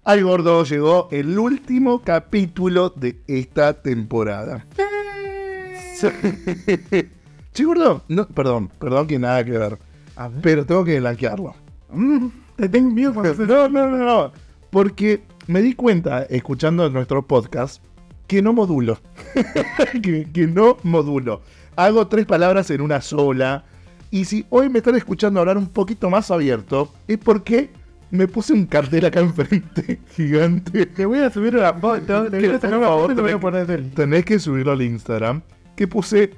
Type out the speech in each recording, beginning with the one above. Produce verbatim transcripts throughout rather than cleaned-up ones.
Ay, gordo, llegó el último capítulo de esta temporada. Che, gordo, no, perdón, perdón que nada que ver, pero tengo que blanquearlo. Mm, te tengo miedo cuando se... No, no, no, no, porque me di cuenta, escuchando nuestro podcast, que no modulo. que, que no modulo. Hago tres palabras en una sola. Y si hoy me están escuchando hablar un poquito más abierto, es porque me puse un cartel acá enfrente, gigante. Te voy a subir una foto, te voy a sacar una foto y te voy a poner el... Tenés que subirlo al Instagram, que puse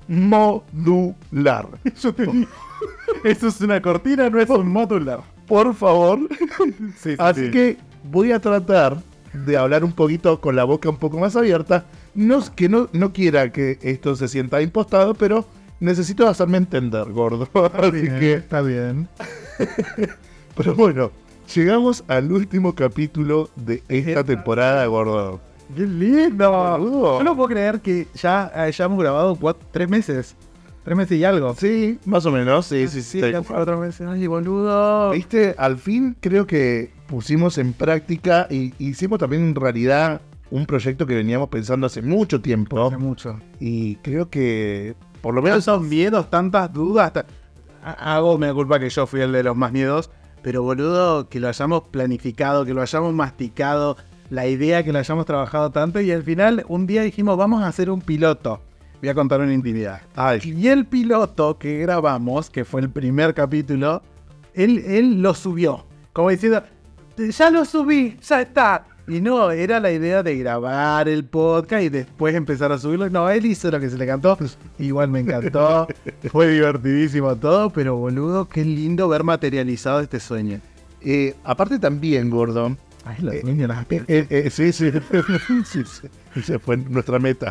modular. Yo te digo, eso es una cortina, no es un modular. Por favor. Sí, sí, Así sí. que voy a tratar de hablar un poquito con la boca un poco más abierta. No, que no, no quiera que esto se sienta impostado, pero necesito hacerme entender, gordo. Está Así bien, que, está bien. pero bueno, llegamos al último capítulo de esta temporada, gordo. ¡Qué lindo! Boludo. Yo no puedo creer que ya hayamos grabado cuatro, tres meses. Tres meses y algo. Sí, más o menos, sí, sí, sí. Sí, ya cuatro meses. Ay, boludo. Viste, al fin creo que pusimos en práctica y hicimos también en realidad un proyecto que veníamos pensando hace mucho tiempo. Hace mucho. Y creo que por lo menos... Esos miedos, tantas dudas. ta- Ha- Hago me da culpa que yo fui el de los más miedos. Pero boludo, que lo hayamos planificado, que lo hayamos masticado. La idea que lo hayamos trabajado tanto. Y al final, un día dijimos, vamos a hacer un piloto. Voy a contar una intimidad. Ay, Y el piloto que grabamos, que fue el primer capítulo, él, él lo subió. Como diciendo, ya lo subí, ya está. Y no, era la idea de grabar el podcast y después empezar a subirlo. No, él hizo lo que se le cantó. Igual me encantó. Fue divertidísimo todo, pero boludo, qué lindo ver materializado este sueño. eh, aparte también, gordo. Ay, los Eh, sueños, las eh, eh, eh, sí, sí, sí, sí, se fue nuestra meta.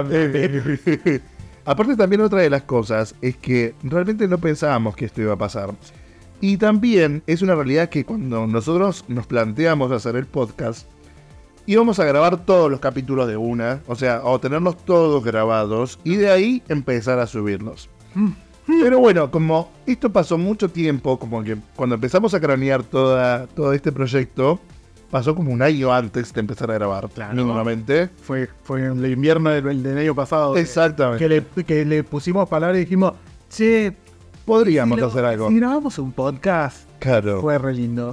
Eh, aparte también otra de las cosas es que realmente no pensábamos que esto iba a pasar. Y también es una realidad que cuando nosotros nos planteamos hacer el podcast, íbamos a grabar todos los capítulos de una, o sea, o tenerlos todos grabados y de ahí empezar a subirlos. Pero bueno, como esto pasó mucho tiempo, como que cuando empezamos a cranear toda, todo este proyecto, pasó como un año antes de empezar a grabar, Claro. mínimamente. Fue, fue el invierno del, del año pasado. que- Exactamente. Que le, que le pusimos palabras y dijimos, che, Podríamos si lo- hacer algo. Si grabamos un podcast, Claro. fue re lindo.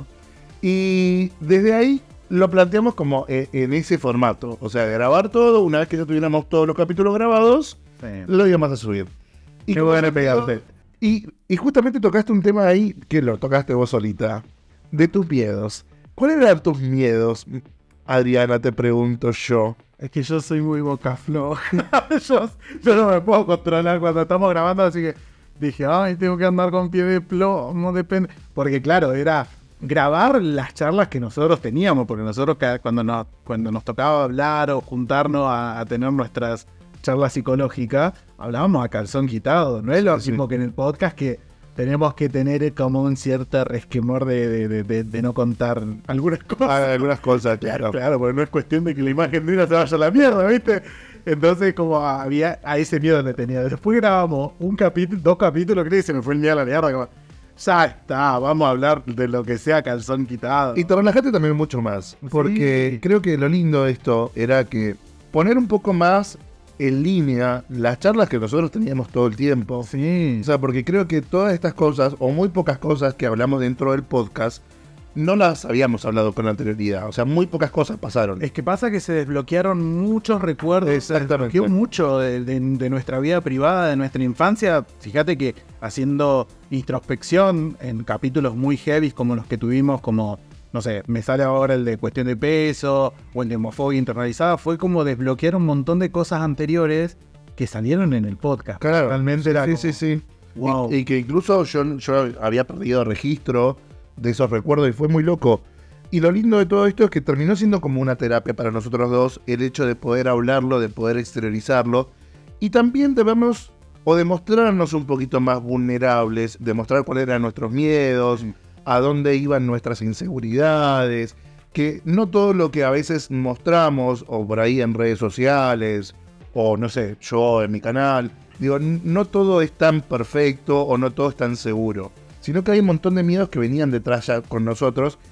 Y desde ahí lo planteamos como eh, en ese formato. O sea, grabar todo, una vez que ya tuviéramos todos los capítulos grabados, lo íbamos a subir. Y Qué como bueno se pegarte. Y, y justamente tocaste un tema ahí, que lo tocaste vos solita, de tus miedos. ¿Cuáles eran tus miedos, Adriana? Te pregunto yo. Es que yo soy muy boca floja. yo, yo no me puedo controlar cuando estamos grabando, así que dije, ay, tengo que andar con pie de plomo, depende. Porque claro, era grabar las charlas que nosotros teníamos, porque nosotros cada- cuando nos, cuando nos tocaba hablar o juntarnos a, a tener nuestras charlas psicológicas, hablábamos a calzón quitado. No es lo Sí, mismo sí. que en el podcast, que tenemos que tener como un cierto resquemor de, de, de, de- de no contar algunas cosas. Ah, algunas cosas, claro. Claro, porque no es cuestión de que la imagen de una se vaya a la mierda, ¿viste? Entonces, como había, a ese miedo le tenía. Después grabamos un capítulo, dos capítulos, creo que se me fue el miedo a la mierda. Como, ya está, vamos a hablar de lo que sea calzón quitado. Y te relajaste también mucho más. Porque Sí. creo que lo lindo de esto era que poner un poco más en línea las charlas que nosotros teníamos todo el tiempo. Sí. O sea, porque creo que todas estas cosas, o muy pocas cosas que hablamos dentro del podcast, no las habíamos hablado con anterioridad. O sea, muy pocas cosas pasaron. Es que pasa que se desbloquearon muchos recuerdos. Exactamente. Se desbloqueó mucho de, de- de nuestra vida privada, de nuestra infancia. Fíjate que haciendo introspección en capítulos muy heavy como los que tuvimos, como, no sé, me sale ahora el de cuestión de peso o el de homofobia internalizada, fue como desbloquear un montón de cosas anteriores que salieron en el podcast. Claro. Realmente era Sí, como, sí, sí. wow. Y, y que incluso yo, yo había perdido registro de esos recuerdos y fue muy loco. Y lo lindo de todo esto es que terminó siendo como una terapia para nosotros dos, el hecho de poder hablarlo, de poder exteriorizarlo. Y también debemos, o demostrarnos un poquito más vulnerables, demostrar cuáles eran nuestros miedos, a dónde iban nuestras inseguridades, que no todo lo que a veces mostramos, o por ahí en redes sociales, o no sé, yo en mi canal, digo, n- no todo es tan perfecto o no todo es tan seguro, sino que hay un montón de miedos que venían detrás ya con nosotros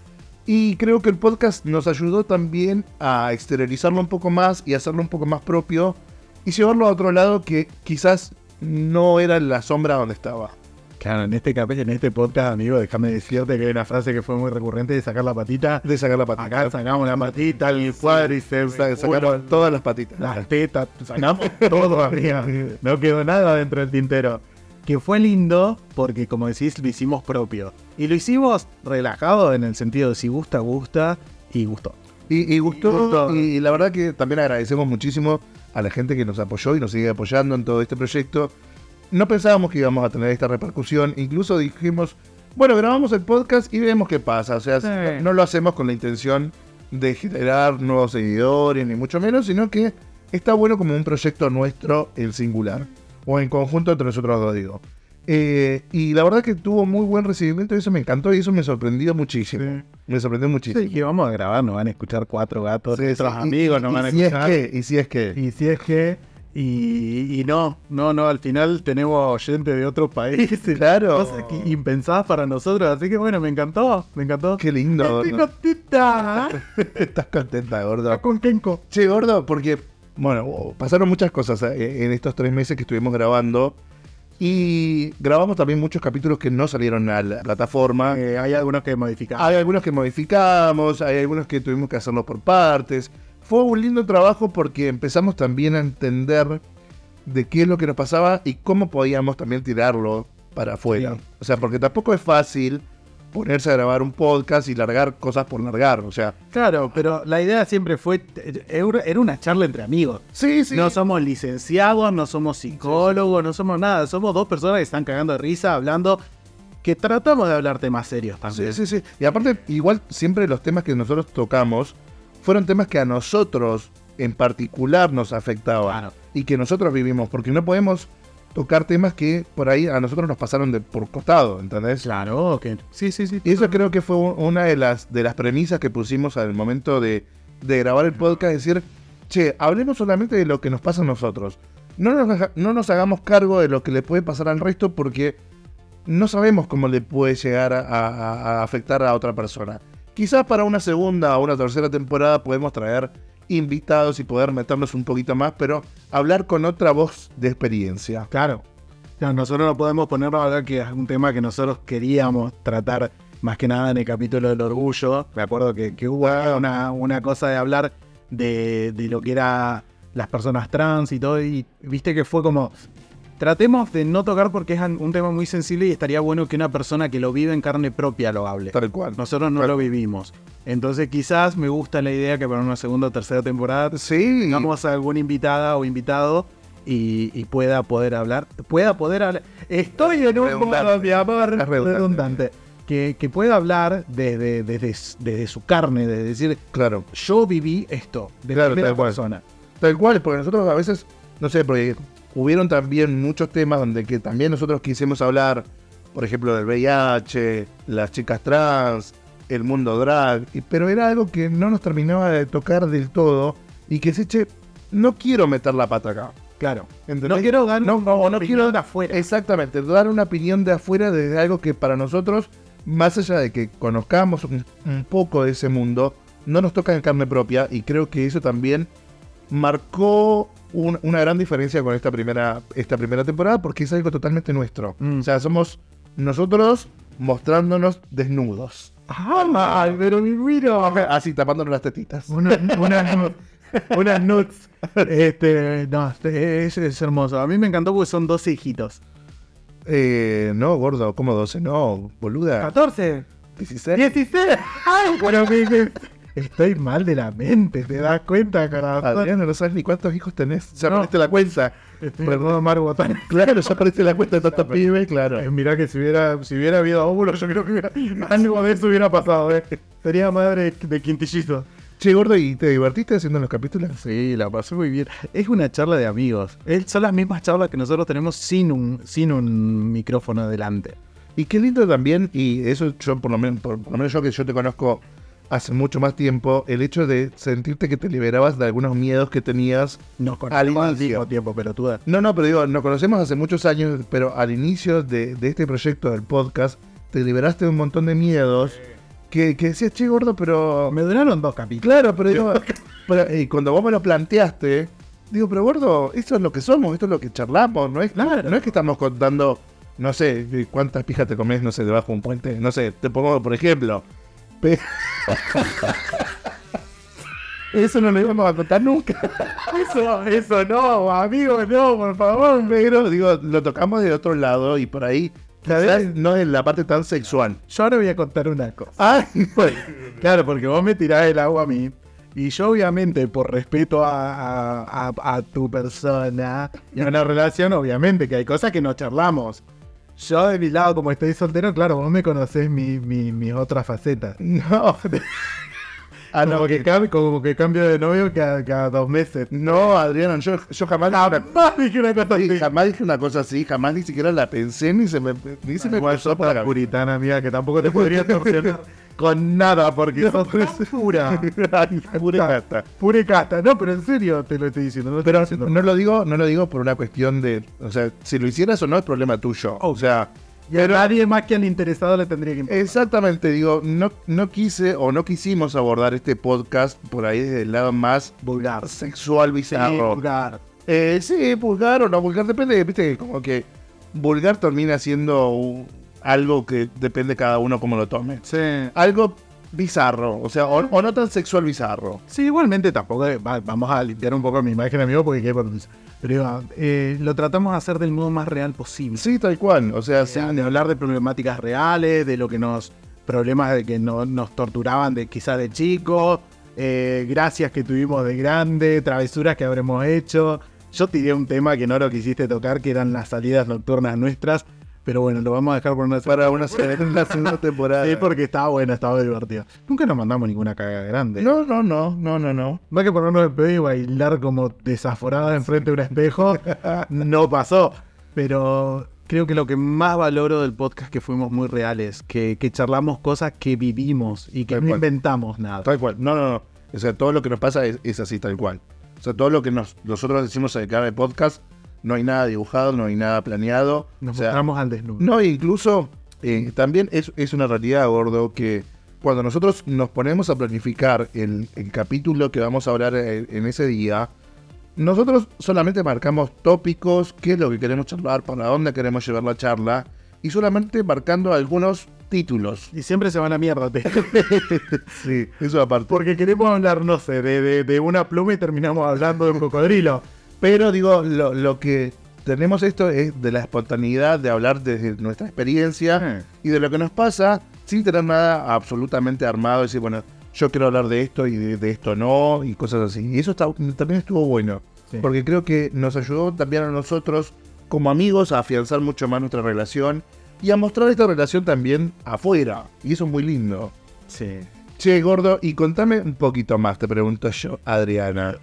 Y creo que el podcast nos ayudó también a exteriorizarlo un poco más y hacerlo un poco más propio y llevarlo a otro lado que quizás no era la sombra donde estaba. Claro, en este capítulo, en este podcast, amigo, déjame decirte que hay una frase que fue muy recurrente de sacar la patita. De sacar la patita. Acá sacamos la patita, el cuádriceps, Sa- Sacamos todas las patitas. las tetas, sacamos todo arriba. No quedó nada dentro del tintero. Que fue lindo porque, como decís, lo hicimos propio. Y lo hicimos relajado en el sentido de si gusta, gusta y gustó. Y, y gustó, Y gustó. y, y la verdad que también agradecemos muchísimo a la gente que nos apoyó y nos sigue apoyando en todo este proyecto. No pensábamos que íbamos a tener esta repercusión, incluso dijimos, bueno, grabamos el podcast y vemos qué pasa. O sea, Sí. no lo hacemos con la intención de generar nuevos seguidores, ni mucho menos, sino que está bueno como un proyecto nuestro en singular, o en conjunto entre nosotros dos, digo. Eh, y la verdad que tuvo muy buen recibimiento y eso me encantó y eso me sorprendió muchísimo. Sí. Me sorprendió muchísimo. Sí, que vamos a grabar, nos van a escuchar cuatro gatos, Sí, sí, nuestros y- amigos y- nos y van a si escuchar. Es que, y si es que. Y si es que, y, y no, no, no, al final tenemos gente de otros países. Claro. Cosas que impensadas para nosotros, así que bueno, me encantó, me encantó. Qué lindo. Estoy ¿no? contenta. Estás contenta, gordo. Está con Kenko. Che, gordo, porque, bueno, pasaron muchas cosas eh, en estos tres meses que estuvimos grabando. Y grabamos también muchos capítulos que no salieron a la plataforma. Eh, hay algunos que modificar. Hay algunos que modificamos, hay algunos que tuvimos que hacerlo por partes. Fue un lindo trabajo porque empezamos también a entender de qué es lo que nos pasaba y cómo podíamos también tirarlo para afuera. Sí. O sea, porque tampoco es fácil ponerse a grabar un podcast y largar cosas por largar. O sea, Claro, pero la idea siempre fue, era una charla entre amigos. sí, sí. No somos licenciados, no somos psicólogos, no somos nada. Somos dos personas que están cagando de risa, hablando, que tratamos de hablar temas serios también. Sí, sí, sí. Y aparte, igual siempre los temas que nosotros tocamos fueron temas que a nosotros en particular nos afectaban. Claro. Y que nosotros vivimos. Porque no podemos tocar temas que por ahí a nosotros nos pasaron de por costado, ¿entendés? Claro, que sí, sí, sí. Y eso creo que fue una de las, de las premisas que pusimos al momento de, de grabar el podcast. Decir, che, hablemos solamente de lo que nos pasa a nosotros. No nos, no nos hagamos cargo de lo que le puede pasar al resto porque no sabemos cómo le puede llegar a, a- a afectar a otra persona. Quizás para una segunda o una tercera temporada podemos traer invitados y poder meternos un poquito más, pero hablar con otra voz de experiencia. Claro. Claro, nosotros no podemos ponernos a hablar que es un tema que nosotros queríamos tratar más que nada en el capítulo del orgullo. Me acuerdo que, que hubo una, una cosa de hablar de, de lo que era las personas trans y todo, y viste que fue como, tratemos de no tocar porque es un tema muy sensible y estaría bueno que una persona que lo vive en carne propia lo hable. Tal cual. Nosotros no Claro. lo vivimos. Entonces quizás me gusta la idea que para una segunda o tercera temporada Sí. tengamos a alguna invitada o invitado y, y pueda poder hablar. Pueda poder hablar. Estoy en un Redundante. modo, mi amor, Es redundante. redundante. Que, que pueda hablar desde, desde, desde su carne, de decir, Claro. yo viví esto, de Claro, primera tal cual. persona. Tal cual, porque nosotros a veces, no sé, porque hubieron también muchos temas donde que también nosotros quisimos hablar, por ejemplo, del V I H, las chicas trans, el mundo drag, y- pero era algo que no nos terminaba de tocar del todo y que se che, no quiero meter la pata acá. Claro. ¿Entendés? No quiero dar No, no, no quiero de afuera. Exactamente, dar una opinión de afuera de algo que para nosotros, más allá de que conozcamos un, un poco de ese mundo, no nos toca en carne propia y creo que eso también marcó un- una gran diferencia con esta primera, esta primera temporada porque es algo totalmente nuestro. Mm. O sea, somos nosotros mostrándonos desnudos. ¡Ah, mal! Pero mi miro. Así, tapándonos las tetitas. Una, una, unas nuts. Este, no, es, es hermoso. A mí me encantó porque son doce hijitos. Eh, no, gordo, ¿cómo doce? No, boluda. catorce. dieciséis. dieciséis. Ay, bueno, me- me- estoy mal de la mente, ¿te das cuenta, carajo? Adriano, no sabes ni cuántos hijos tenés. Ya No. perdiste la cuenta. Estoy perdón, Margo. Claro, ya perdiste la cuenta de tanta pibe, claro. Eh, mirá que si hubiera, si hubiera habido óvulos, yo creo que hubiera, algo de eso hubiera pasado, ¿eh? Sería madre de quintillizos. Che, gordo, ¿y te divertiste haciendo los capítulos? Sí, la pasé muy bien. Es una charla de amigos. Es- son las mismas charlas que nosotros tenemos sin un, sin un micrófono delante. Y qué lindo también, y eso yo por lo menos, por, por lo menos yo que yo te conozco hace mucho más tiempo, el hecho de sentirte que te liberabas de algunos miedos que tenías. Nos Al conocemos al inicio. mismo tiempo, pero tú... No, no, pero digo, nos conocemos hace muchos años, pero al inicio de, de este proyecto del podcast, te liberaste de un montón de miedos que, que decías, che, gordo, pero... Me duraron dos capítulos. Claro, pero digo, pero, y cuando vos me lo planteaste, digo, pero gordo, esto es lo que somos, esto es lo que charlamos, no es, Claro. no es que estamos contando, no sé, cuántas pijas te comes, no sé, debajo de un puente, no sé, te pongo por ejemplo. Pe- Eso no lo íbamos a contar nunca. Eso, eso no, amigo, no, por favor. Pero, digo, lo tocamos de otro lado y por ahí, quizás no es la parte tan sexual. Yo ahora voy a contar una cosa. Ay, Claro, porque vos me tirás el agua a mí. Y yo obviamente, por respeto a, a, a, a tu persona y a una relación, obviamente que hay cosas que no charlamos. Yo de mi lado, como estoy soltero, claro, vos me conocés mi, mi, mis otras facetas. no. Ah, no, como, que cambio, como que cambio de novio cada, cada dos meses. no, Adriano, yo, yo jamás, Jamás dije una cosa sí, así. jamás dije una cosa así, jamás ni siquiera la pensé, ni se me, ni se me Igual cruzó sos por la tan cabeza. puritana, amiga, que tampoco te podría torsionar con nada, porque sos tan pura. Ay, pura gata. Pura y casta. No, pero en serio te lo estoy diciendo. No lo Pero estoy diciendo. no lo digo, no lo digo por una cuestión de, o sea, si lo hicieras o no es problema tuyo. O sea, Y a nadie más que al interesado le tendría que importar. exactamente, digo, no, no quise o no quisimos abordar este podcast por ahí desde el lado más Vulgar. sexual, Sí, bizarro. vulgar. Eh, sí, vulgar o no vulgar, depende, viste, como que vulgar termina siendo un- algo que depende cada uno cómo lo tome. Sí. Algo bizarro, o sea, o, o no tan sexual bizarro. Sí, igualmente tampoco eh, va- vamos a limpiar un poco mi imagen, amigo, porque qué vergüenza. Pero eh, lo tratamos de hacer del modo más real posible. Sí, tal cual, o sea, O sea, de hablar de problemáticas reales, de lo que nos... Problemas de que no, nos torturaban de quizás de chicos, eh, gracias que tuvimos de grande, travesuras que habremos hecho. Yo tiré un tema que no lo quisiste tocar, que eran las salidas nocturnas nuestras. Pero bueno, lo vamos a dejar por una para una la segunda temporada. Sí, porque estaba bueno, estaba divertido. Nunca nos mandamos ninguna cagada grande. No, no, no, no, no, no. Más que ponernos de pedo y bailar como desaforadas enfrente de un espejo, no pasó. Pero creo que lo que más valoro del podcast es que fuimos muy reales, que, que charlamos cosas que vivimos y que Tal no cual. inventamos nada. Tal cual. No, no, no. O sea, todo lo que nos pasa es, es así, tal cual. O sea, todo lo que nos, nosotros decimos al cara de podcast, no hay nada dibujado, no hay nada planeado. Nos o sea, mostramos al desnudo. no, incluso eh, también es, es una realidad, gordo, que cuando nosotros nos ponemos a planificar el, el capítulo que vamos a hablar en, en ese día, nosotros solamente marcamos tópicos, qué es lo que queremos charlar, para dónde queremos llevar la charla, y solamente marcando algunos títulos. Y siempre se van a mierda, te- Sí, eso aparte. porque queremos hablar, no sé, de, de, de una pluma y terminamos hablando de un cocodrilo. Pero digo, lo, lo que tenemos esto es de la espontaneidad, de hablar desde nuestra experiencia y de lo que nos pasa, sin tener nada absolutamente armado, decir, bueno, yo quiero hablar de esto y de, de esto no, y cosas así. Y eso está, también estuvo bueno, Sí. porque creo que nos ayudó también a nosotros, como amigos, a afianzar mucho más nuestra relación y a mostrar esta relación también afuera. Y eso es muy lindo. Sí. Che, gordo, y contame un poquito más, te pregunto yo, Adriana.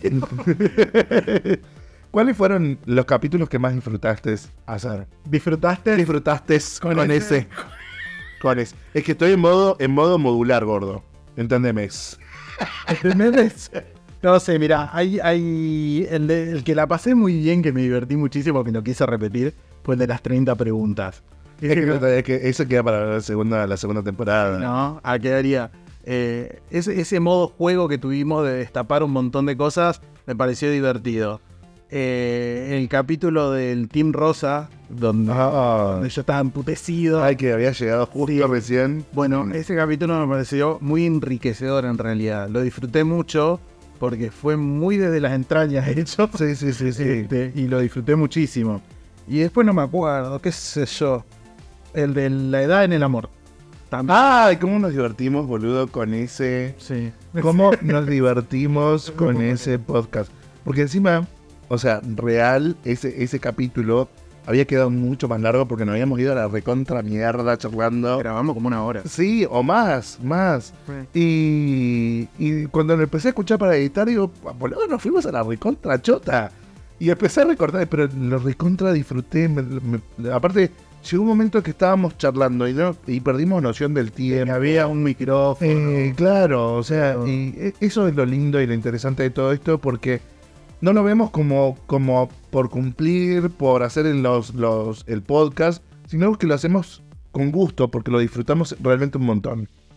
¿Cuáles fueron los capítulos que más disfrutaste hacer? ¿Disfrutaste? Disfrutaste con, ¿Con ese. ese? Con ese. Es que estoy en modo, en modo modular, gordo. Entendeme. ¿Entendés? No sé, mira, hay, hay el, de- el que la pasé muy bien, que me divertí muchísimo, que lo quise repetir, fue el de las treinta preguntas. Es que, es que eso queda para la segunda, la segunda temporada. No, a quedaría. Eh, ese, ese modo juego que tuvimos de destapar un montón de cosas me pareció divertido. Eh, el capítulo del Team Rosa, donde, Ah, donde yo estaba emputecido. ay, que había llegado justo Sí. recién. Bueno, ese capítulo me pareció muy enriquecedor en realidad. Lo disfruté mucho porque fue muy desde las entrañas hecho. Sí, sí, sí, sí. Este, y lo disfruté muchísimo. Y después no me acuerdo, qué sé yo. El de la edad en el amor. También. Ay, cómo nos divertimos, boludo, con ese... Sí. ¿Cómo nos divertimos con ese podcast? Porque encima, o sea, real, ese, ese capítulo había quedado mucho más largo porque nos habíamos ido a la recontra mierda charlando. Grabamos como una hora. Sí, o más, más. Y, y cuando lo empecé a escuchar para editar, digo, boludo, nos fuimos a la recontra chota. Y empecé a recordar, pero lo recontra disfruté. me- me- aparte, llegó un momento que estábamos charlando y, no, y perdimos noción del tiempo. Había un micrófono. Eh, claro, o sea, y e- eso es lo lindo y lo interesante de todo esto porque no lo vemos como, como por cumplir, por hacer en los, los, el podcast, sino que lo hacemos con gusto porque lo disfrutamos realmente un montón.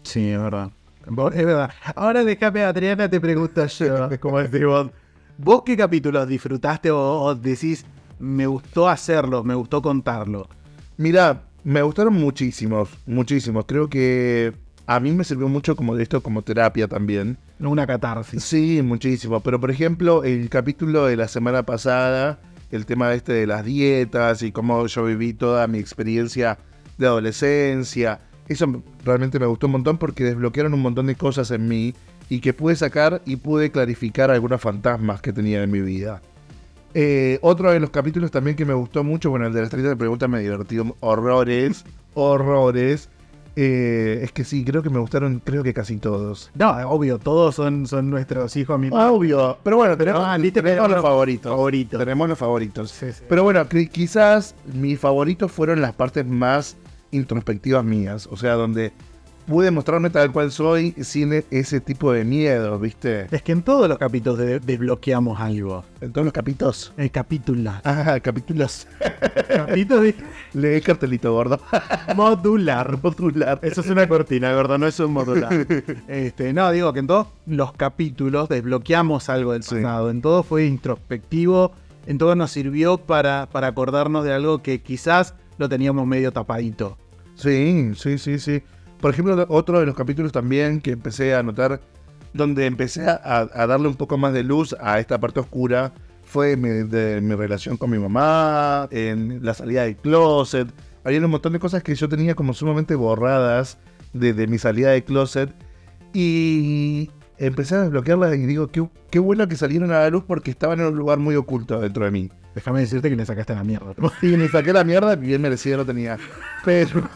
Sí, es verdad. Vos- Es verdad. Ahora déjame, Adriana, te pregunto yo, como decís vos. ¿Vos qué capítulos disfrutaste o, o decís, me gustó hacerlo, me gustó contarlo? Mira, me gustaron muchísimos, muchísimos. Creo que a mí me sirvió mucho como de esto como terapia también. Una catarsis. Sí, muchísimo. Pero por ejemplo, el capítulo de la semana pasada, el tema este de las dietas y cómo yo viví toda mi experiencia de adolescencia, eso realmente me gustó un montón porque desbloquearon un montón de cosas en mí y que pude sacar y pude clarificar algunos fantasmas que tenía en mi vida. Eh, otro de los capítulos también que me gustó mucho, bueno, el de las treinta preguntas me divertió horrores, horrores. Eh, es que sí, creo que me gustaron, creo que casi todos. No, obvio, todos son, son nuestros hijos. Mi... Obvio, pero bueno, tenemos, Ah, listo, tenemos tenemos los favoritos. favoritos. Tenemos los favoritos. Sí, sí. Pero bueno, qui- quizás mis favoritos fueron las partes más introspectivas mías. O sea, donde pude mostrarme tal cual soy sin e- ese tipo de miedo, ¿viste? Es que en todos los capítulos de- desbloqueamos algo. En todos los capítulos. El capítulo. Ah, capítulos. Capítulo de- Lee cartelito gordo. modular. Modular. Eso es una cortina, ¿verdad? No es un modular. Este, no, digo que en todos los capítulos desbloqueamos algo del Sí. pasado. En todo fue introspectivo. En todo nos sirvió para, para acordarnos de algo que quizás lo teníamos medio tapadito. Sí, sí, sí, sí. Por ejemplo, otro de los capítulos también que empecé a notar, donde empecé a, a darle un poco más de luz a esta parte oscura, fue mi, de mi relación con mi mamá, en la salida del closet. Había un montón de cosas que yo tenía como sumamente borradas de, de mi salida del closet. Y empecé a desbloquearlas y digo, qué, qué bueno que salieron a la luz porque estaban en un lugar muy oculto dentro de mí. Déjame decirte que le sacaste la mierda. Y me saqué la mierda, bien merecida lo tenía. Pero...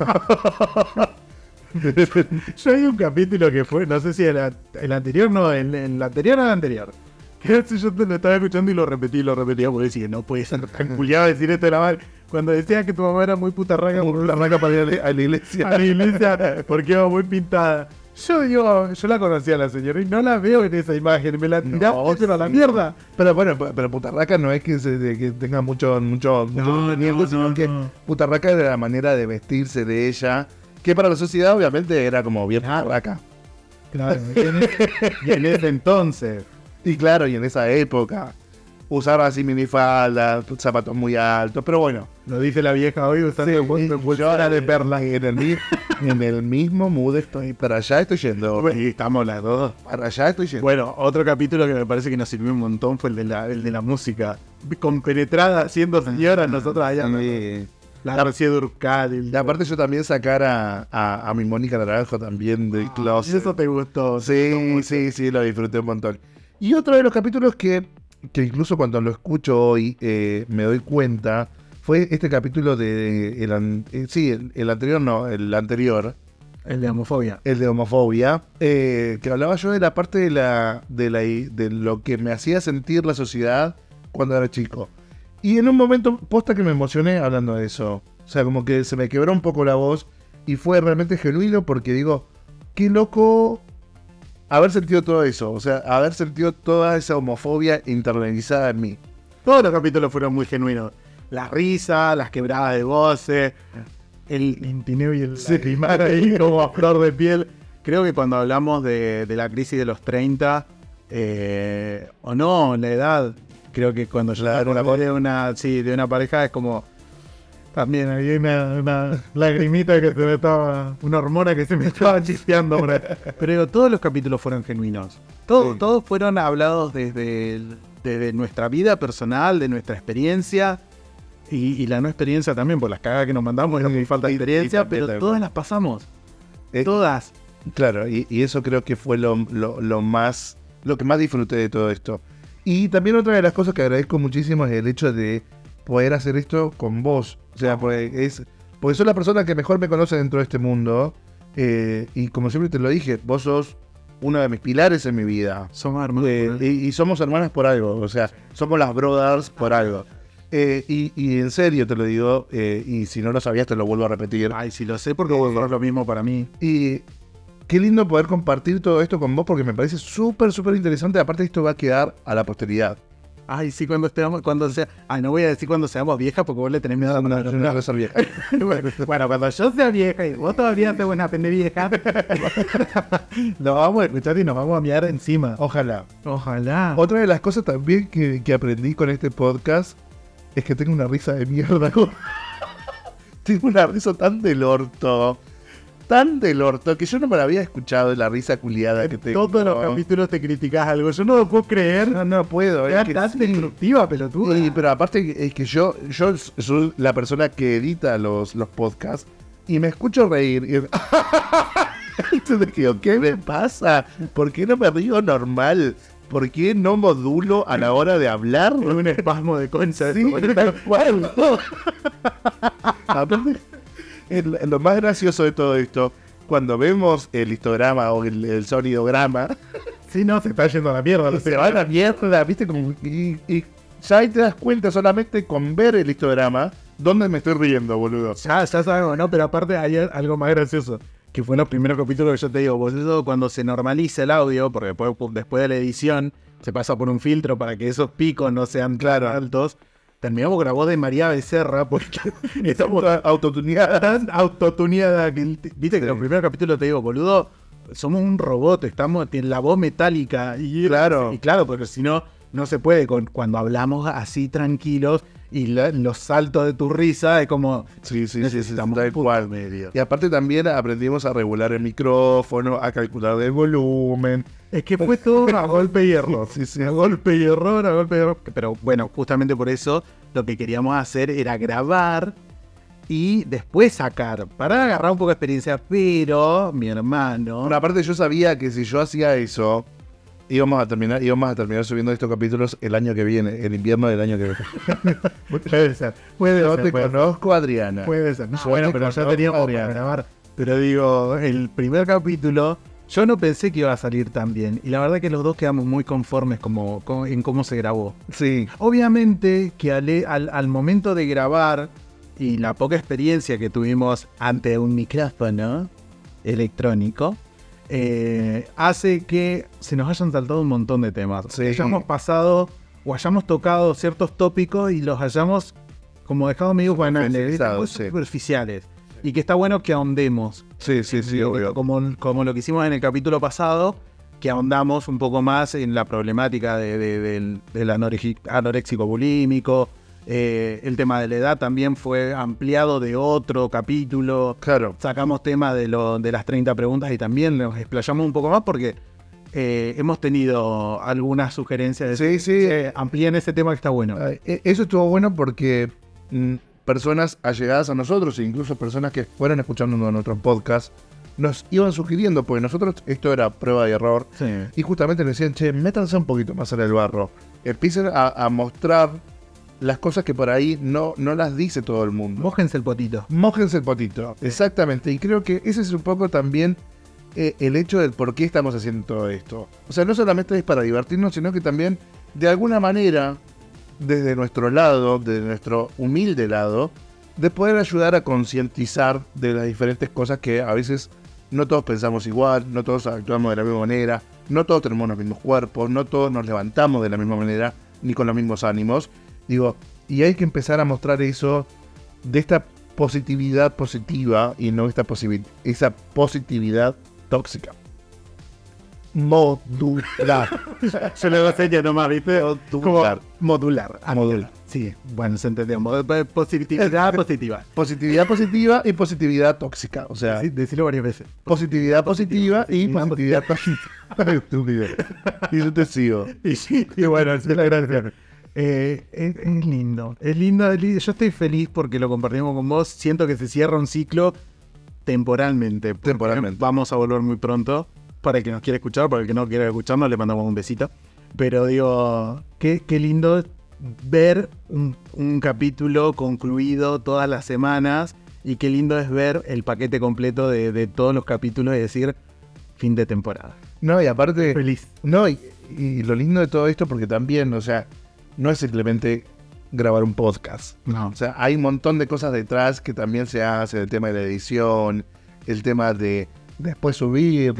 Yo hay un capítulo que fue, no sé si el, el anterior, no, el, el anterior o el anterior. Que si yo te lo estaba escuchando y lo repetí y lo repetía porque decía, no puede ser tan culiado decir esto de la madre. Cuando decía que tu mamá era muy putarraca por la raca para ir a la iglesia. a la iglesia porque iba muy pintada. Yo digo, yo la conocía a la señora y no la veo en esa imagen, me la tiraba No, pero a la sí. mierda. Pero bueno, pero putarraca no es que, se, de- que tenga mucho, mucho, mucho miedo, sino que putarraca era la manera de vestirse de ella, que para la sociedad obviamente era como bien putarraca. Claro, y en, ese, y en ese entonces. Y claro, y en esa época, usar así minifaldas, zapatos muy altos, pero bueno. Lo dice la vieja hoy usando Sí, sí, yo de perlas en el, mi- en el mismo mood estoy, para allá estoy yendo. Y estamos las dos. Para allá estoy yendo. Bueno, otro capítulo que me parece que nos sirvió un montón fue el de la, el de la música. Compenetrada, siendo señoras, nosotros allá. Sí. La García Durcal. Y aparte yo también sacar a, a, a mi Mónica Naranjo también del closet. Eso te gustó. Sí, sí, sí, lo disfruté un montón. Y otro de los capítulos que, que incluso cuando lo escucho hoy eh, me doy cuenta, fue este capítulo de... El, an- eh, sí, el, el anterior no, el anterior, El de homofobia. el de homofobia, eh, que hablaba yo de la parte de, la, de, la, de lo que me hacía sentir la sociedad cuando era chico. Y en un momento, posta que me emocioné hablando de eso. O sea, como que se me quebró un poco la voz y fue realmente genuino porque digo, qué loco haber sentido todo eso. O sea, haber sentido toda esa homofobia internalizada en mí. Todos los capítulos fueron muy genuinos. La risa, las quebradas de voces, el intineo y el Sí. lagrimar ahí como a flor de piel. Creo que cuando hablamos de, de la crisis de los treinta, eh, o no, la edad, creo que cuando yo Claro, hablamos de una, sí, de una pareja es como... También había una, una lagrimita que se me estaba... Una hormona que se me estaba chispeando por ahí. Pero digo, todos los capítulos fueron genuinos. Todos, Sí. todos fueron hablados desde, el- desde nuestra vida personal, de nuestra experiencia. Y, y la no experiencia también, por las cagadas que nos mandamos, era muy falta de Y- y experiencia, también, pero también. todas las pasamos. Eh, Todas. Claro, y, y eso creo que fue lo, lo, lo más lo que más disfruté de todo esto. Y también otra de las cosas que agradezco muchísimo es el hecho de poder hacer esto con vos. O sea, porque, es, porque sos la persona que mejor me conoce dentro de este mundo. eh, y como siempre te lo dije, vos sos uno de mis pilares en mi vida. Somos hermanos. Eh, y, y somos hermanas por algo. O sea, somos las brothers por algo. Eh, y, y en serio te lo digo, eh, y si no lo sabías te lo vuelvo a repetir. Ay, si lo sé, porque vos sos lo mismo para mí. Y qué lindo poder compartir todo esto con vos porque me parece súper, súper interesante. Aparte esto va a quedar a la posteridad. Ay, sí, cuando estemos, cuando sea... Ay, no voy a decir cuando seamos viejas porque vos le tenés miedo a No, yo no voy a ser vieja. bueno, bueno, cuando yo sea vieja y vos todavía te buena pende vieja, lo vamos a escuchar y nos vamos a mirar encima. Ojalá. Ojalá. Otra de las cosas también que, que aprendí con este podcast es que tengo una risa de mierda. Tengo una risa tan del orto. Tan del orto que yo no me la había escuchado, la risa culiada que tengo. Todos los capítulos te criticás algo. Yo no lo puedo creer. No, no puedo. Era Es que tan sí. destructiva, pelotuda. Sí, pero aparte es que yo, yo soy la persona que edita los, los podcasts y me escucho reír. Y... Entonces digo, ¿qué me pasa? ¿Por qué no me río normal? ¿Por qué no modulo a la hora de hablar? Es un espasmo de concha. Sí, eso. tal cual. Aparte, el- lo más gracioso de todo esto, cuando vemos el histograma o el, el sonidograma, Sí, no, se está yendo a la mierda. se va a la mierda, ¿viste? Como, y, y ya ahí te das cuenta solamente con ver el histograma dónde me estoy riendo, boludo. Ya, ya sabemos, ¿no? Pero aparte hay algo más gracioso. Que fue en los primeros capítulos que yo te digo, boludo, cuando se normaliza el audio, porque después, después de la edición se pasa por un filtro para que esos picos no sean claro altos. Terminamos con la voz de María Becerra porque estamos Autotuneada. tan autotuneada que, viste que Sí. los primeros capítulos te digo, boludo, somos un robot, estamos en la voz metálica y Claro. y claro, porque si no, no se puede con, cuando hablamos así tranquilos y la- los saltos de tu risa es como Sí, sí, sí, sí, necesitamos tal un punto cual. medio. Y aparte también aprendimos a regular el micrófono, a calcular el volumen. Es que fue todo a golpe y error. Sí, sí. A golpe y error, a golpe y error. Pero bueno, justamente por eso lo que queríamos hacer era grabar y después sacar, para agarrar un poco de experiencia. Pero mi hermano... Bueno, aparte yo sabía que si yo hacía eso, íbamos a terminar, íbamos a terminar subiendo estos capítulos el año que viene, el invierno del año que viene. Puede ser, puede Yo ser. te puede ser. conozco, Adriana. Puede ser. No, Yo bueno, te pero ya conozco, teníamos para Adriana. grabar. Pero digo, el primer capítulo, yo no pensé que iba a salir tan bien. Y la verdad que los dos quedamos muy conformes como, como- en cómo se grabó. Sí, Obviamente que al, al, al momento de grabar y la poca experiencia que tuvimos ante un micrófono electrónico, eh, hace que se nos hayan saltado un montón de temas. Sí. Hayamos pasado o hayamos tocado ciertos tópicos y los hayamos como dejado medio banales, Superficializados, muy sí. superficiales. Y que está bueno que ahondemos. sí, sí, sí, obvio. Como, como lo que hicimos en el capítulo pasado, que ahondamos un poco más en la problemática de, de- del, del anorexi- anoréxico bulímico. Eh, el tema de la edad también fue ampliado de otro capítulo. Claro. Sacamos tema de, lo, de las treinta preguntas y también nos explayamos un poco más porque eh, hemos tenido algunas sugerencias de Sí, sí. eh, amplíen ese tema que está bueno. Ah, e- Eso estuvo bueno porque mm, personas allegadas a nosotros, e incluso personas que fueron escuchando nuestro podcast, nos iban sugiriendo, porque nosotros esto era prueba y error, Sí. y justamente nos decían, che, métanse un poquito más en el barro. Empiecen a, a mostrar las cosas que por ahí no, no las dice todo el mundo. Mójense el potito. Mójense el potito, exactamente. Y creo que ese es un poco también eh, el hecho del por qué estamos haciendo todo esto. O sea, no solamente es para divertirnos, sino que también, de alguna manera, desde nuestro lado, desde nuestro humilde lado, de poder ayudar a concientizar de las diferentes cosas que a veces no todos pensamos igual, no todos actuamos de la misma manera, no todos tenemos los mismos cuerpos, no todos nos levantamos de la misma manera, ni con los mismos ánimos. Digo, y hay que empezar a mostrar eso de esta positividad positiva y no esta posibi- esa positividad tóxica. Modular. Yo le doy señas nomás, ¿viste? Modular. Como modular. Ah, Modular. Sí, bueno, se entendió. Mo- Positividad positiva. Positividad positiva y positividad tóxica. O sea, Sí, decirlo varias veces. positividad positiva y Sí, positividad tóxica. Estúpido. Y yo te sigo. Y sí, y bueno, esa es la gracia. Eh, es, es lindo, es lindo, es lindo. Yo estoy feliz porque lo compartimos con vos. Siento que se cierra un ciclo temporalmente. porque Temporalmente. Vamos a volver muy pronto. Para el que nos quiera escuchar, para el que no quiera escucharnos, le mandamos un besito. Pero digo, qué, qué lindo ver un, un capítulo concluido todas las semanas. Y qué lindo es ver el paquete completo de, de todos los capítulos y decir fin de temporada. No, y aparte. Feliz. No, y, y lo lindo de todo esto, porque también, o sea, no es simplemente grabar un podcast. No. O sea, hay un montón de cosas detrás que también se hacen, el tema de la edición, el tema de después subirlo,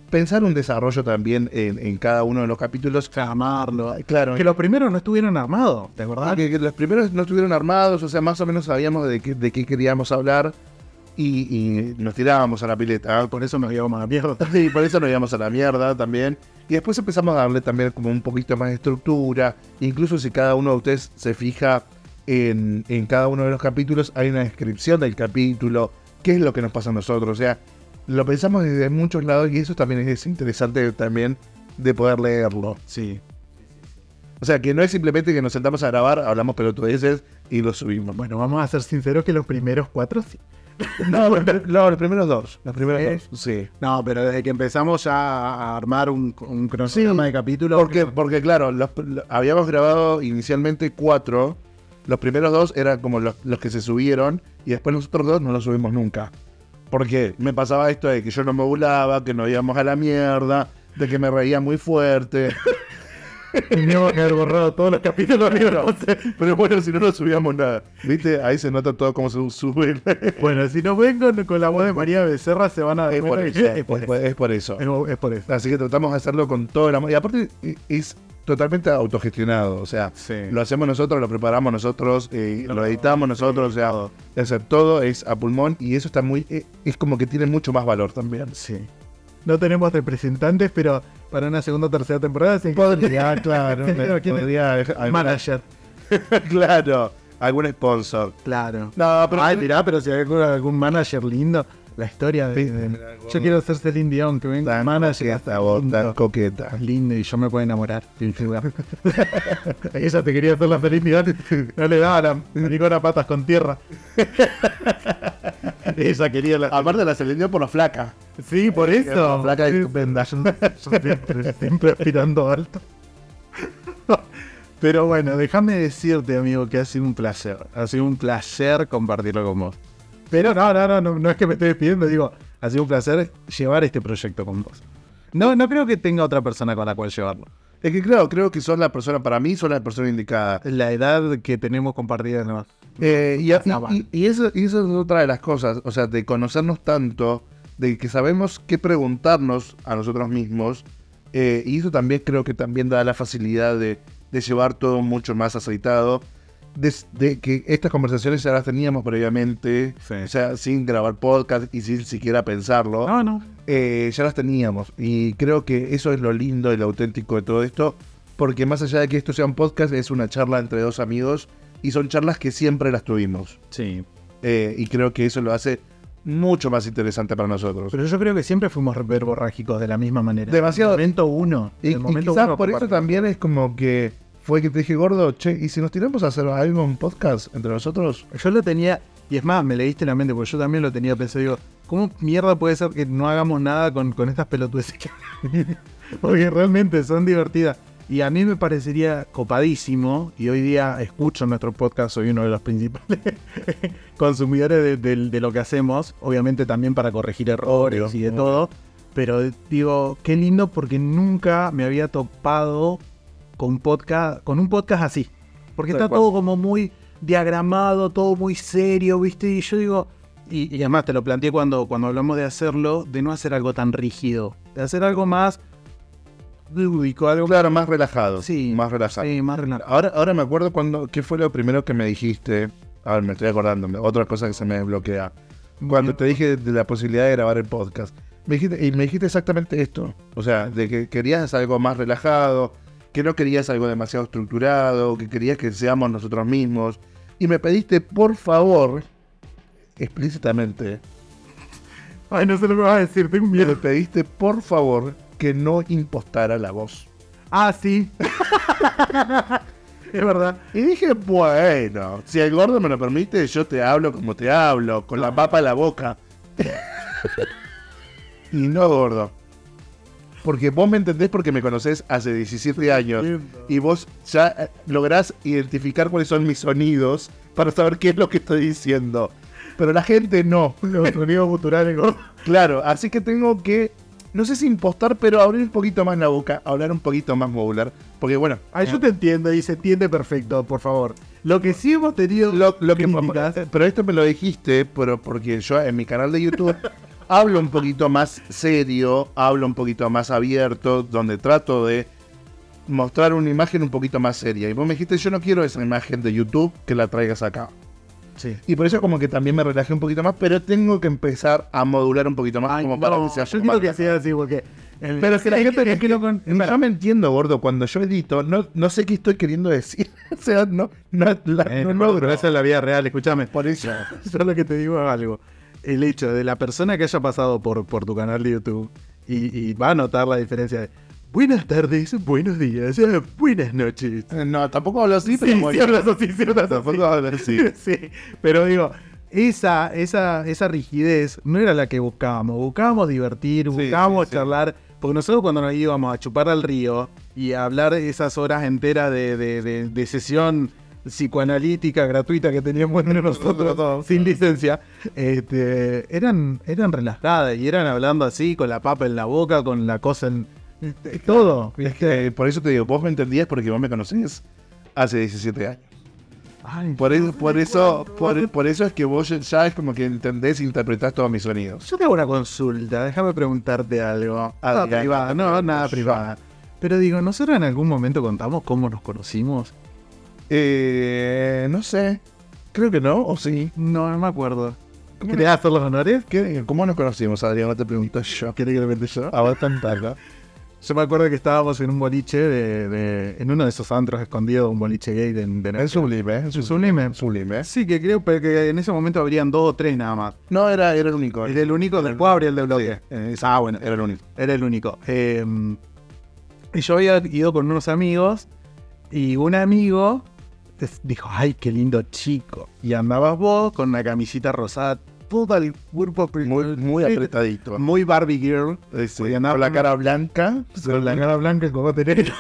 pensar un desarrollo también en, en cada uno de los capítulos. O sea, amarlo. Claro. Que los primeros no estuvieron armados, ¿te acordás? Que, que los primeros no estuvieron armados, o sea, más o menos sabíamos de qué, de qué queríamos hablar y, y nos tirábamos a la pileta. Por eso nos llevamos a la mierda. Y por eso nos íbamos a la mierda también. Y después empezamos a darle también como un poquito más de estructura. Incluso si cada uno de ustedes se fija en, en cada uno de los capítulos, hay una descripción del capítulo, qué es lo que nos pasa a nosotros. O sea, lo pensamos desde muchos lados y eso también es interesante también de poder leerlo. Sí. O sea, que no es simplemente que nos sentamos a grabar, hablamos pelotudeces y lo subimos. Bueno, vamos a ser sinceros que los primeros cuatro sí. No, no, los primeros dos. Los primeros ¿Eh? dos, sí. No, pero desde que empezamos ya a armar un, un cronograma Sí, de capítulos. Porque, porque claro, los, lo- habíamos grabado inicialmente cuatro. Los primeros dos eran como los, los que se subieron y después los otros dos no los subimos nunca. Porque me pasaba esto de que yo no me burlaba, que nos íbamos a la mierda, de que me reía muy fuerte. Teníamos que haber borrado todos los capítulos. Pero, pero bueno, si no, no subíamos nada. ¿Viste? Ahí se nota todo cómo se sube. Bueno, si nos ven con, con la voz de María Becerra, se van a dar Es por cuenta eso. que- Es por, es por eso. Es- es por eso. Así que tratamos de hacerlo con todo el amor. Y aparte e- es totalmente autogestionado. O sea, Sí. lo hacemos nosotros, lo preparamos nosotros, eh, No, lo editamos nosotros. sí, o sea, todo. o sea, todo es a pulmón y eso está muy... eh, Es como que tiene mucho más valor también. Sí. No tenemos representantes, pero para una segunda o tercera temporada sí. Podría, claro. Pero ¿quién es? podría, alguna- Manager. claro. Algún sponsor. Claro. No, pero... Ay, mirá, pero si hay algún, algún manager lindo, la historia de... Sí, de- mira, gordo. yo quiero ser Celine Dion, que venga Tan un manager coqueta, vos, tan lindo, coqueta. lindo y yo me puedo enamorar. sin duda. Ella te quería hacer la Celine Dion, no le daba la maricona patas con tierra. Ella quería la... Aparte la selección por la flaca. Sí, por eso. La flaca Sí, estupenda. siempre, siempre aspirando alto. Pero bueno, déjame decirte, amigo, que ha sido un placer. Ha sido un placer compartirlo con vos. Pero no, no, no, no, no es que me esté despidiendo, digo, ha sido un placer llevar este proyecto con vos. No, no creo que tenga otra persona con la cual llevarlo. Es que claro, creo que sos la persona, para mí, sos la persona indicada. La edad que tenemos compartida no. Eh, y, a- No, y- y eso, y eso es otra de las cosas, o sea, de conocernos tanto, de que sabemos qué preguntarnos a nosotros mismos, eh, y eso también creo que también da la facilidad de, de llevar todo mucho más aceitado, de, de que estas conversaciones ya las teníamos previamente, Sí. o sea, sin grabar podcast y sin siquiera pensarlo. No, no. Eh, ya las teníamos y creo que eso es lo lindo y lo auténtico de todo esto, porque más allá de que esto sea un podcast, es una charla entre dos amigos y son charlas que siempre las tuvimos. Sí. Eh, y creo que eso lo hace mucho más interesante para nosotros. Pero yo creo que siempre fuimos verborrágicos de la misma manera. Demasiado. El momento uno. y, el y momento quizás uno por eso compartimos. también es como que fue que te dije, gordo, che, ¿y si nos tiramos a hacer algo en podcast entre nosotros? Yo lo tenía, y es más, me leíste la mente, porque yo también lo tenía pensado. Digo, ¿cómo mierda puede ser que no hagamos nada con, con estas pelotudeces? que- porque realmente son divertidas. Y a mí me parecería copadísimo, y hoy día escucho nuestro podcast, soy uno de los principales consumidores de, de- de lo que hacemos, obviamente también para corregir errores Obvio, y de obvio. todo. Pero digo, qué lindo porque nunca me había topado con, podcast, con un podcast así. Porque Tal está cual. todo como muy diagramado, todo muy serio, ¿viste? Y yo digo, y, y además te lo planteé cuando, cuando hablamos de hacerlo, de no hacer algo tan rígido, de hacer algo más lúdico, algo Claro, más relajado. Sí, más relajado. sí, más relajado. Ahora, ahora me acuerdo cuando, ¿qué fue lo primero que me dijiste? A ver, me estoy acordando, otra cosa que se me desbloquea. Cuando te dije de la posibilidad de grabar el podcast. Me dijiste, y me dijiste exactamente esto. O sea, de que querías algo más relajado, que no querías algo demasiado estructurado, que querías que seamos nosotros mismos. Y me pediste, por favor, explícitamente, Ay, no sé lo que vas a decir, tengo me miedo. pediste, por favor, que no impostara la voz. Ah, sí. Es verdad. Y dije, bueno, si el gordo me lo permite, yo te hablo como te hablo, con la papa en la boca. Y no, gordo. Porque vos me entendés porque me conocés hace diecisiete años. Lindo. Y vos ya eh, lográs identificar cuáles son mis sonidos para saber qué es lo que estoy diciendo. Pero la gente no. Los sonidos guturales, gordo. Claro, así que tengo que, no sé si impostar, pero abrir un poquito más la boca, hablar un poquito más modular. Porque bueno, Ay, yo te entiendo y se entiende perfecto, por favor. Lo que sí hemos tenido Lo, lo que, críticas- pero esto me lo dijiste, pero porque yo en mi canal de YouTube hablo un poquito más serio, hablo un poquito más abierto, donde trato de mostrar una imagen un poquito más seria. Y vos me dijiste, yo no quiero esa imagen de YouTube que la traigas acá. Sí. Y por eso como que también me relajé un poquito más, pero tengo que empezar a modular un poquito más. Ay, como no, para que sea yo más- quiero que sea así, porque... el- Pero es que la es gente... es que lo con- yo me entiendo, gordo, cuando yo edito, no, no sé qué estoy queriendo decir. O sea, no, no, la- Eh, no no, logro. pero esa es la vida real, escúchame. Por eso. Yo lo que te digo es algo. El hecho de la persona que haya pasado por, por tu canal de YouTube y, y va a notar la diferencia de buenas tardes, buenos días, eh, buenas noches. Eh, No, tampoco hablo así, pero Sí, bueno. sí hablas así, sí hablas así. Tampoco hablo así. Sí, pero digo, esa, esa, esa rigidez no era la que buscábamos. Buscábamos divertir, Sí, buscábamos sí, sí. charlar. Porque nosotros cuando nos íbamos a chupar al río y a hablar esas horas enteras de, de, de, de sesión psicoanalítica gratuita que teníamos entre nosotros sin licencia, este, eran, eran relajadas y eran hablando así, con la papa en la boca, con la cosa en... Todo. Es que por eso te digo, vos me entendías porque vos me conocés hace diecisiete años. Ay, Por eso, por eso, por, por eso es que vos ya es como que entendés e interpretás todos mis sonidos. yo te hago una consulta, déjame preguntarte algo. Nada Adrián. privada, no, nada privada. Pero digo, ¿nosotros en algún momento contamos cómo nos conocimos? Eh, no sé. Creo que no, o sí. No, no me acuerdo. ¿Cómo ¿Querés hacer los honores? ¿Qué- ¿Cómo nos conocimos, Adrián? No te pregunto yo. ¿Querés que lo cuente yo? A vos tantarla. Yo me acuerdo que estábamos en un boliche, de, de- en uno de esos antros escondidos, un boliche gay de, de Es sublime, ¿eh? Es Sublime. Sublime. Sí, que creo pero que en ese momento habrían dos o tres nada más. No, era, era el único. Era el único, después abría el de bloque. Sí, eh, Ah, bueno, Era el único. era el único. Eh, y yo había ido con unos amigos y un amigo es- dijo, ay, qué lindo chico. Y andabas vos con una camisita rosada, todo el cuerpo Muy, muy Sí, apretadito. muy Barbie Girl. Eh, sí, Porque andaba con la con- cara blanca. Con la cara blanca, el cogote negro.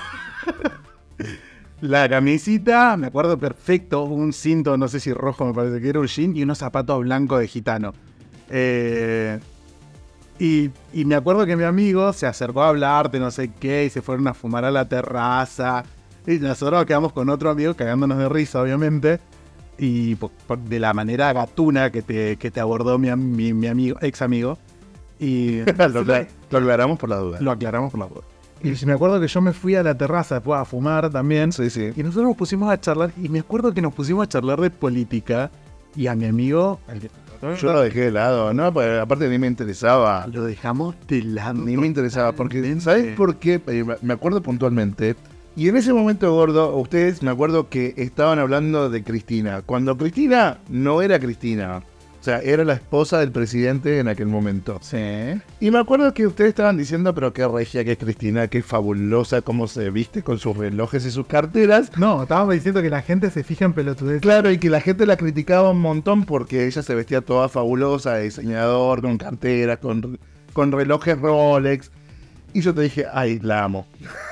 La camisita, me acuerdo perfecto, un cinto, no sé si rojo, me parece que era un jean, y unos zapatos blancos de gitano. Eh, y, y me acuerdo que mi amigo se acercó a hablarte, no sé qué, y se fueron a fumar a la terraza. Y nosotros quedamos con otro amigo cagándonos de risa, obviamente. Y por- por- de la manera gatuna que te, que te abordó mi, am- mi, mi amigo, ex amigo. Y lo, acla- lo aclaramos por la duda. lo aclaramos por la voz. Y me acuerdo que yo me fui a la terraza después a fumar también. Sí, sí. Y nosotros nos pusimos a charlar. Y me acuerdo que nos pusimos a charlar de política. Y a mi amigo, al que- Yo lo dejé de lado, ¿no? Porque aparte ni me interesaba. lo dejamos de lado. Ni me interesaba. Porque, Totalmente. ¿sabes por qué? Eh, Me acuerdo puntualmente. Y en ese momento, gordo, ustedes me acuerdo que estaban hablando de Cristina. Cuando Cristina no era Cristina. O sea, era la esposa del presidente en aquel momento. Sí. Y me acuerdo que ustedes estaban diciendo, pero qué regia que es Cristina, qué fabulosa, cómo se viste con sus relojes y sus carteras. No, estábamos diciendo que la gente se fija en pelotudeces. Claro, y que la gente la criticaba un montón porque ella se vestía toda fabulosa, de diseñador, con carteras, con, con relojes Rolex. Y yo te dije, ay, la amo.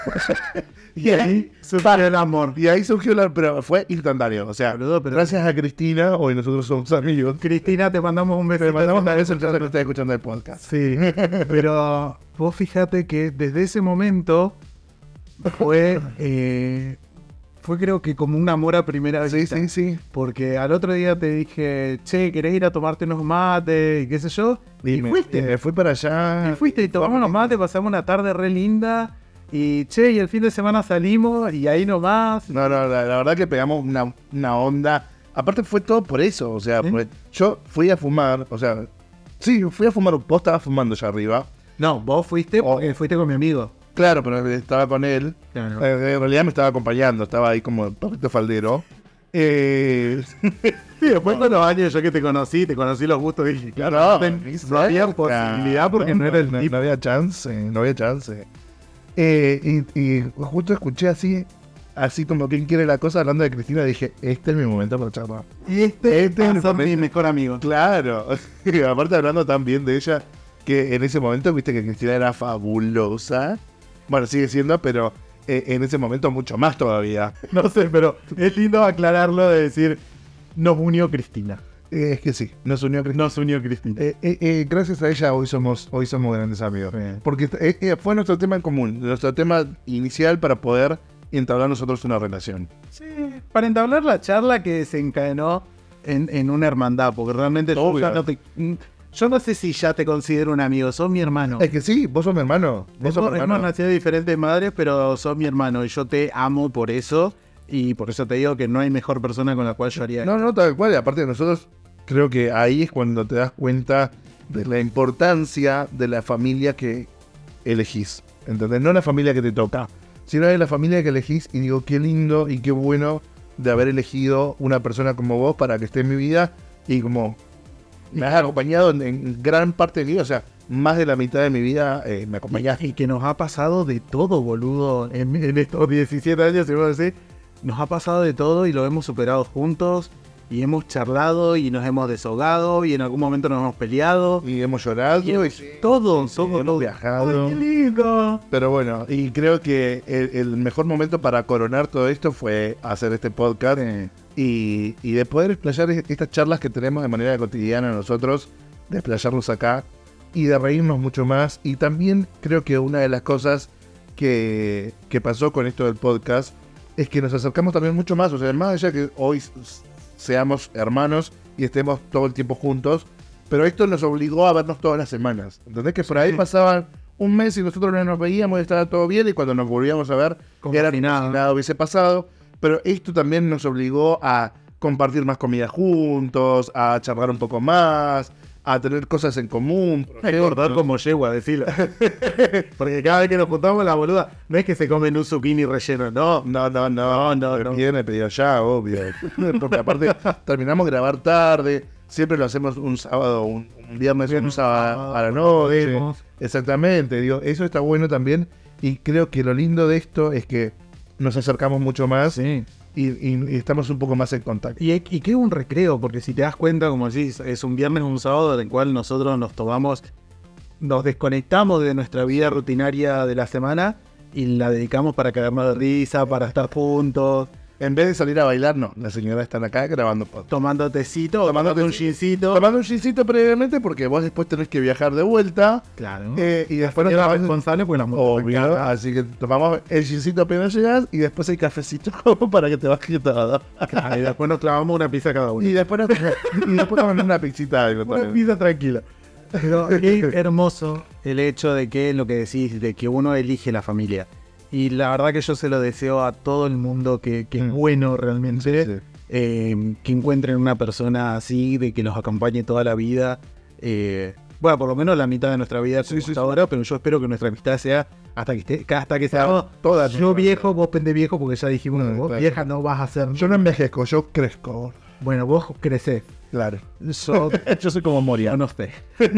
Y ahí surgió el amor. Y ahí surgió la... Pero fue instantáneo. O sea, Boludo, pero- gracias a Cristina, hoy nosotros somos amigos. Cristina, te mandamos un beso. Le mandamos una vez el que está escuchando el podcast. Sí, pero vos fíjate que desde ese momento fue, eh, fue creo que como un amor a primera vista. Sí, sí, sí. Porque al otro día te dije, che, ¿querés ir a tomarte unos mates? Y qué sé yo. Y, me- fuiste. y me fui para allá. Y fuiste y tomamos unos mates, pasamos una tarde re linda. Y che, y el fin de semana salimos y ahí nomás. No, no, la, la verdad que pegamos una, una onda. Aparte fue todo por eso, o sea, ¿Sí? pues, yo fui a fumar, o sea, sí, fui a fumar, vos estabas fumando allá arriba. No, vos fuiste Oh. porque fuiste con mi amigo. Claro, pero estaba con él. Claro. Eh, en realidad me estaba acompañando, estaba ahí como perrito faldero. Eh, Sí, después con los años yo que te conocí, te conocí los gustos, dije, claro, no, no, no había posibilidad porque no, era el no, tipo. no había chance, no había chance. Eh, y, y justo escuché así, así como quien quiere la cosa, hablando de Cristina, dije, este es mi momento para charlar. Y este, Este es va a el ser mi momento. mejor amigo. Claro, aparte hablando tan bien de ella, que en ese momento viste que Cristina era fabulosa. Bueno, sigue siendo, pero eh, en ese momento mucho más todavía. No sé, pero es lindo aclararlo de decir, nos unió Cristina. Eh, es que sí, nos unió Cristina. Nos unió Cristina. Eh, eh, eh, gracias a ella hoy somos, hoy somos grandes amigos. Sí. Porque eh, eh, fue nuestro tema en común, nuestro tema inicial para poder entablar nosotros una relación. Sí, para entablar la charla que desencadenó en, en una hermandad, porque realmente yo Obvio. ya no te, Yo no sé si ya te considero un amigo, sos mi hermano. Es que sí, vos sos mi hermano. Vos sos mi hermano. Hemos nacido de diferentes madres, pero sos mi hermano y yo te amo por eso. Y por eso te digo que no hay mejor persona con la cual yo haría. No, no, tal cual. Y aparte de nosotros, creo que ahí es cuando te das cuenta de la importancia de la familia que elegís. ¿Entendés? No la familia que te toca, sino de la familia que elegís. Y digo, qué lindo y qué bueno de haber elegido una persona como vos para que esté en mi vida. Y como me has acompañado en, en gran parte de mi vida, o sea, más de la mitad de mi vida eh, me acompañaste. Y que nos ha pasado de todo, boludo. En, en estos diecisiete años, si vos decís, nos ha pasado de todo y lo hemos superado juntos. Y hemos charlado y nos hemos desahogado y en algún momento nos hemos peleado. Y hemos llorado. Y hemos, y, todo, sí, todo, hemos todo. viajado. ¡Ay, qué lindo! Pero bueno, y creo que el, el mejor momento para coronar todo esto fue hacer este podcast. Sí. Y, y de poder explayar estas charlas que tenemos de manera cotidiana nosotros, de explayarlos acá y de reírnos mucho más. Y también creo que una de las cosas que, que pasó con esto del podcast es que nos acercamos también mucho más. O sea, más allá que hoy seamos hermanos y estemos todo el tiempo juntos, pero esto nos obligó a vernos todas las semanas. ¿Entendés? Que por ahí pasaban un mes y nosotros no nos veíamos y estaba todo bien, y cuando nos volvíamos a ver Como era si nada. como si nada hubiese pasado. Pero esto también nos obligó a compartir más comida juntos, a charlar un poco más, a tener cosas en común. Recordar como yegua, decirlo. Porque cada vez que nos juntamos, la boluda, no es que se comen un zucchini relleno, no. No, no, no, no, no. Viene pedido ya, obvio. Porque aparte terminamos de grabar tarde, siempre lo hacemos un sábado, un, un viernes, un sábado a la noche. Podemos. Exactamente, digo, eso está bueno también. Y creo que lo lindo de esto es que nos acercamos mucho más. Sí. Y, y, y estamos un poco más en contacto. Y, y que es un recreo, porque si te das cuenta, como decís, es un viernes o un sábado en el cual nosotros nos tomamos, nos desconectamos de nuestra vida rutinaria de la semana y la dedicamos para caernos de risa, para estar juntos, En vez de salir a bailar, no. Las señoras están acá grabando podcast. tomando tecito, Tomando tomándote un tecito. gincito. Tomando un gincito previamente porque vos después tenés que viajar de vuelta. Claro. Eh, y después nos Era tomamos- responsable porque las motos Obvio, así que tomamos el gincito apenas llegas y después el cafecito como para que te bajes todo. Claro, y después nos clavamos una pizza cada uno. Y después nos, y después tomamos una pizzita algo Una también. pizza tranquila. Pero qué hermoso el hecho de que lo que decís, de que uno elige la familia. Y la verdad que yo se lo deseo a todo el mundo que, que es Mm. bueno realmente. Sí. Eh, que encuentren una persona así, de que los acompañe toda la vida. Eh, bueno, por lo menos la mitad de nuestra vida Sí, como sí, hasta sí. ahora, pero yo espero que nuestra amistad sea hasta que esté, hasta que seamos toda yo nuestra viejo, vos pende viejo, porque ya dijimos No, que vos claro. vieja no vas a ser. Yo no envejezco, yo crezco. Bueno, vos crecés. Claro. Yo, Yo soy como Moria. yo no sé.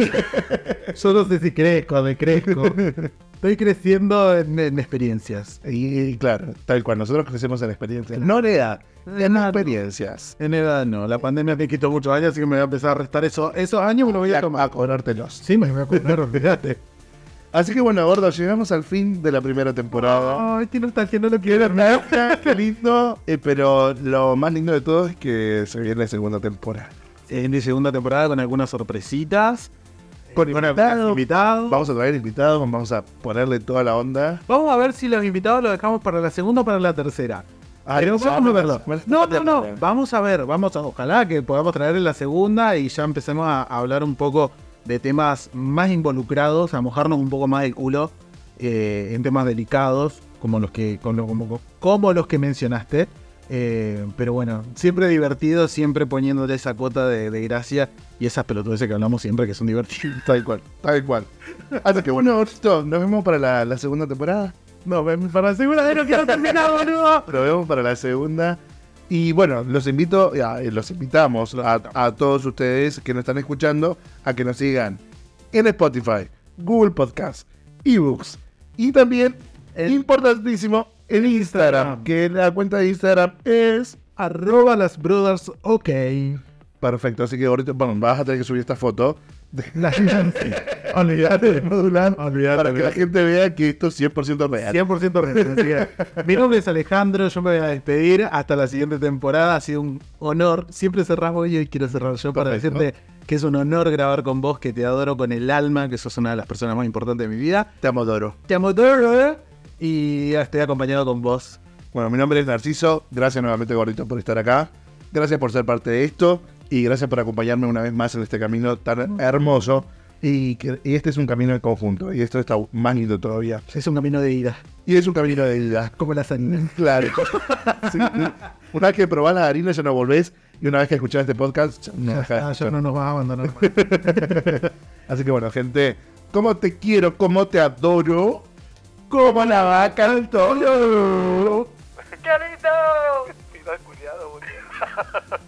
Yo no sé si crezco, me crezco. Estoy creciendo en, en experiencias. Y, y claro, tal cual, nosotros crecemos en experiencias. No en edad, en experiencias. En edad no, la pandemia me quitó muchos años, así que me voy a empezar a restar eso, esos años, me los voy a A, tomar. a cobrártelos. Sí, me voy a comer, olvídate. Así que bueno, gordo, llegamos al fin de la primera temporada. Ay, este nostalgia, no lo quiero ver. Qué lindo. Eh, pero lo más lindo de todo es que se viene la segunda temporada. En mi segunda temporada con algunas sorpresitas. Con Con invitados. algunos invitados. Vamos a traer invitados, vamos a ponerle toda la onda. Vamos a ver si los invitados los dejamos para la segunda o para la tercera. Pero ya, vamos a verlo. me la- No, no, no. Vamos a ver. Vamos a, ojalá que podamos traer en la segunda y ya empecemos a, a hablar un poco de temas más involucrados, a mojarnos un poco más el culo eh, en temas delicados, como los que, como, como, como los que mencionaste. Eh, pero bueno, siempre divertido, siempre poniéndole esa cuota de, de gracia y esas pelotudeces que hablamos siempre que son divertidas. Tal cual, tal cual. Así que bueno, Gordito, nos vemos para la, la segunda temporada. No, ven, para la segunda vez no quiero terminar, boludo. Nos vemos para la segunda. Y bueno, los invito, ya, eh, los invitamos a, a todos ustedes que nos están escuchando a que nos sigan en Spotify, Google Podcast, eBooks y también, El- importantísimo, en Instagram, que la cuenta de Instagram es Arroba las brothers, ok. perfecto. Así que ahorita, bueno, vas a tener que subir esta foto de- La olvídate de modular, olvídate. para que la gente vea que esto es cien por ciento real. cien por ciento real. Así que, mi nombre es Alejandro, yo me voy a despedir hasta la siguiente temporada. Ha sido un honor. Siempre cerrás vos y hoy quiero cerrar yo para Perfecto. decirte que es un honor grabar con vos, que te adoro con el alma, que sos una de las personas más importantes de mi vida. Te amo, Doro. Te amo, adoro, y estoy acompañado con vos. Bueno, mi nombre es Narciso. Gracias nuevamente, Gordito, por estar acá. Gracias por ser parte de esto. Y gracias por acompañarme una vez más en este camino tan hermoso. Y, que, y este es un camino en conjunto. Y esto está más lindo todavía. Es un camino de ida. Y es un camino de ida. Como las harinas. Claro. Sí. Una vez que probás las harinas ya no volvés. Y una vez que escuchás este podcast, ya no, ah, ya no nos vas a abandonar. Así que bueno, gente, como te quiero, como te adoro, como la vaca al toro. ¡Qué lindo! Cuidado, boludo.